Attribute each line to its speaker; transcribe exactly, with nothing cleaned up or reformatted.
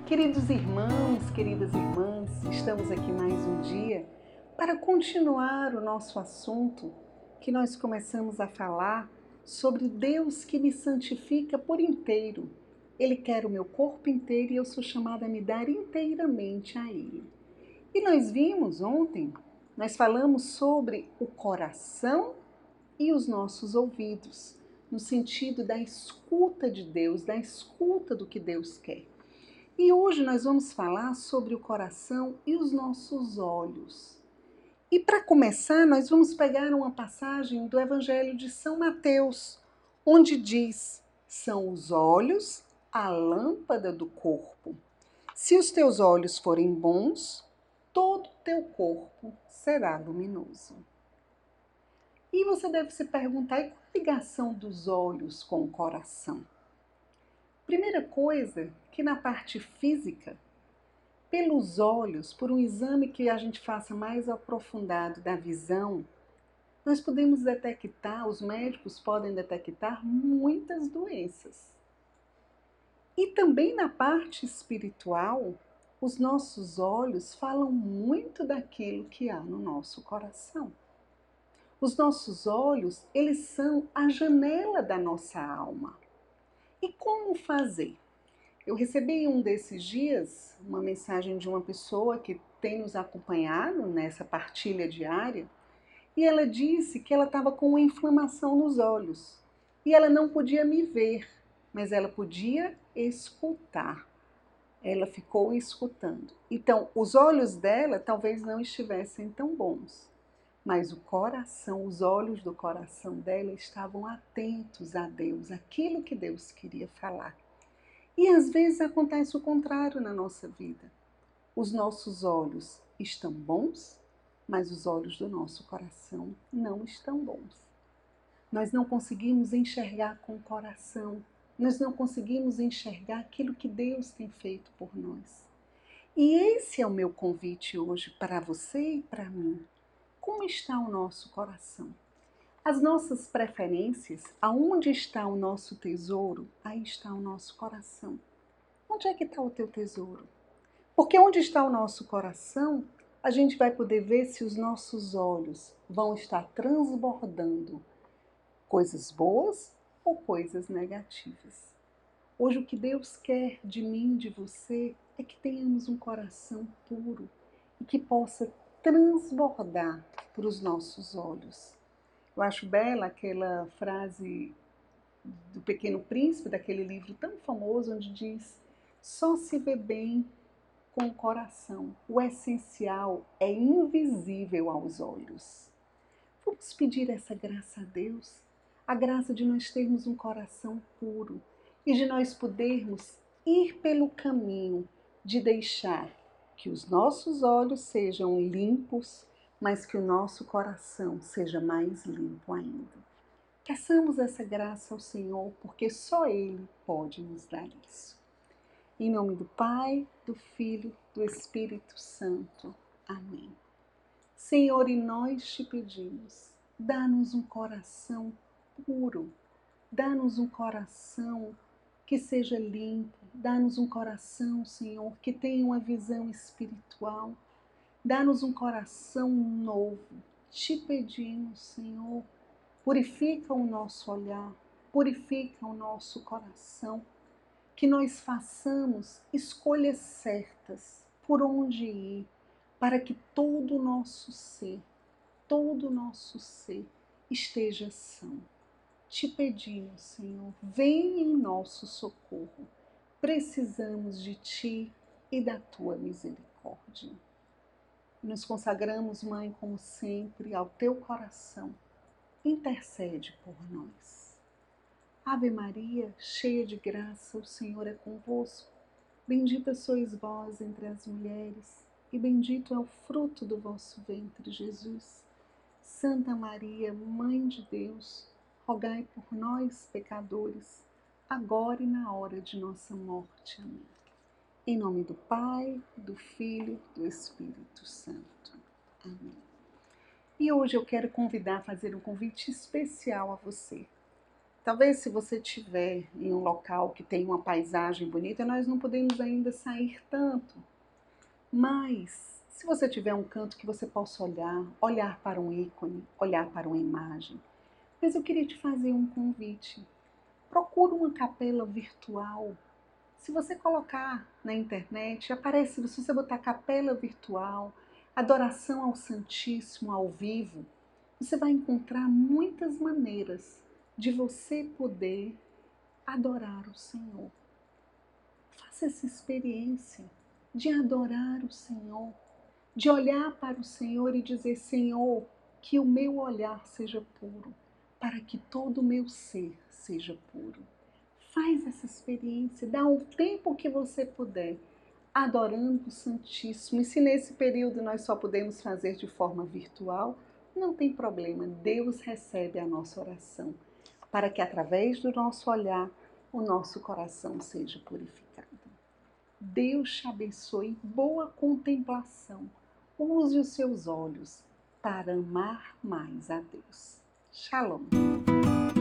Speaker 1: Queridos irmãos, queridas irmãs, estamos aqui mais um dia para continuar o nosso assunto que nós começamos a falar sobre o Deus que me santifica por inteiro. Ele quer o meu corpo inteiro e eu sou chamada a me dar inteiramente a Ele. E nós vimos ontem, nós falamos sobre o coração e os nossos ouvidos, no sentido da escuta de Deus, da escuta do que Deus quer. E hoje nós vamos falar sobre o coração e os nossos olhos. E para começar, nós vamos pegar uma passagem do Evangelho de São Mateus, onde diz: são os olhos a lâmpada do corpo. Se os teus olhos forem bons, todo o teu corpo será luminoso. E você deve se perguntar: e qual a ligação dos olhos com o coração? Primeira coisa, que na parte física, pelos olhos, por um exame que a gente faça mais aprofundado da visão, nós podemos detectar, os médicos podem detectar muitas doenças. E também na parte espiritual, os nossos olhos falam muito daquilo que há no nosso coração. Os nossos olhos, eles são a janela da nossa alma. E como fazer? Eu recebi um desses dias uma mensagem de uma pessoa que tem nos acompanhado nessa partilha diária e ela disse que ela estava com uma inflamação nos olhos e ela não podia me ver, mas ela podia escutar. Ela ficou escutando. Então, os olhos dela talvez não estivessem tão bons, mas o coração, os olhos do coração dela estavam atentos a Deus, aquilo que Deus queria falar. E às vezes acontece o contrário na nossa vida. Os nossos olhos estão bons, mas os olhos do nosso coração não estão bons. Nós não conseguimos enxergar com o coração, nós não conseguimos enxergar aquilo que Deus tem feito por nós. E esse é o meu convite hoje para você e para mim. Como está o nosso coração? As nossas preferências, aonde está o nosso tesouro, aí está o nosso coração. Onde é que está o teu tesouro? Porque onde está o nosso coração, a gente vai poder ver se os nossos olhos vão estar transbordando coisas boas ou coisas negativas. Hoje o que Deus quer de mim, de você, é que tenhamos um coração puro e que possa transbordar para os nossos olhos. Eu acho bela aquela frase do Pequeno Príncipe, daquele livro tão famoso, onde diz: só se vê bem com o coração. O essencial é invisível aos olhos. Vamos pedir essa graça a Deus, a graça de nós termos um coração puro e de nós podermos ir pelo caminho de deixar que os nossos olhos sejam limpos, mas que o nosso coração seja mais limpo ainda. Peçamos essa graça ao Senhor, porque só Ele pode nos dar isso. Em nome do Pai, do Filho, do Espírito Santo. Amém. Senhor, e nós te pedimos, dá-nos um coração puro, dá-nos um coração que seja limpo, dá-nos um coração, Senhor, que tenha uma visão espiritual, dá-nos um coração novo. Te pedimos, Senhor, purifica o nosso olhar, purifica o nosso coração, que nós façamos escolhas certas por onde ir, para que todo o nosso ser, todo o nosso ser esteja são. Te pedimos, Senhor, vem em nosso socorro. Precisamos de Ti e da Tua misericórdia. Nos consagramos, Mãe, como sempre, ao Teu coração. Intercede por nós. Ave Maria, cheia de graça, o Senhor é convosco. Bendita sois vós entre as mulheres, e bendito é o fruto do vosso ventre, Jesus. Santa Maria, Mãe de Deus, rogai por nós, pecadores, agora e na hora de nossa morte. Amém. Em nome do Pai, do Filho, do Espírito Santo. Amém. E hoje eu quero convidar a fazer um convite especial a você. Talvez se você estiver em um local que tem uma paisagem bonita, nós não podemos ainda sair tanto. Mas se você tiver um canto que você possa olhar, olhar para um ícone, olhar para uma imagem. Mas eu queria te fazer um convite. Procura uma capela virtual. Se você colocar na internet, aparece, se você botar capela virtual, adoração ao Santíssimo ao vivo, você vai encontrar muitas maneiras de você poder adorar o Senhor. Faça essa experiência de adorar o Senhor, de olhar para o Senhor e dizer: Senhor, que o meu olhar seja puro, para que todo o meu ser seja puro. Faz essa experiência, dá o tempo que você puder, adorando o Santíssimo. E se nesse período nós só podemos fazer de forma virtual, não tem problema, Deus recebe a nossa oração, para que através do nosso olhar, o nosso coração seja purificado. Deus te abençoe, boa contemplação. Use os seus olhos para amar mais a Deus. Shalom.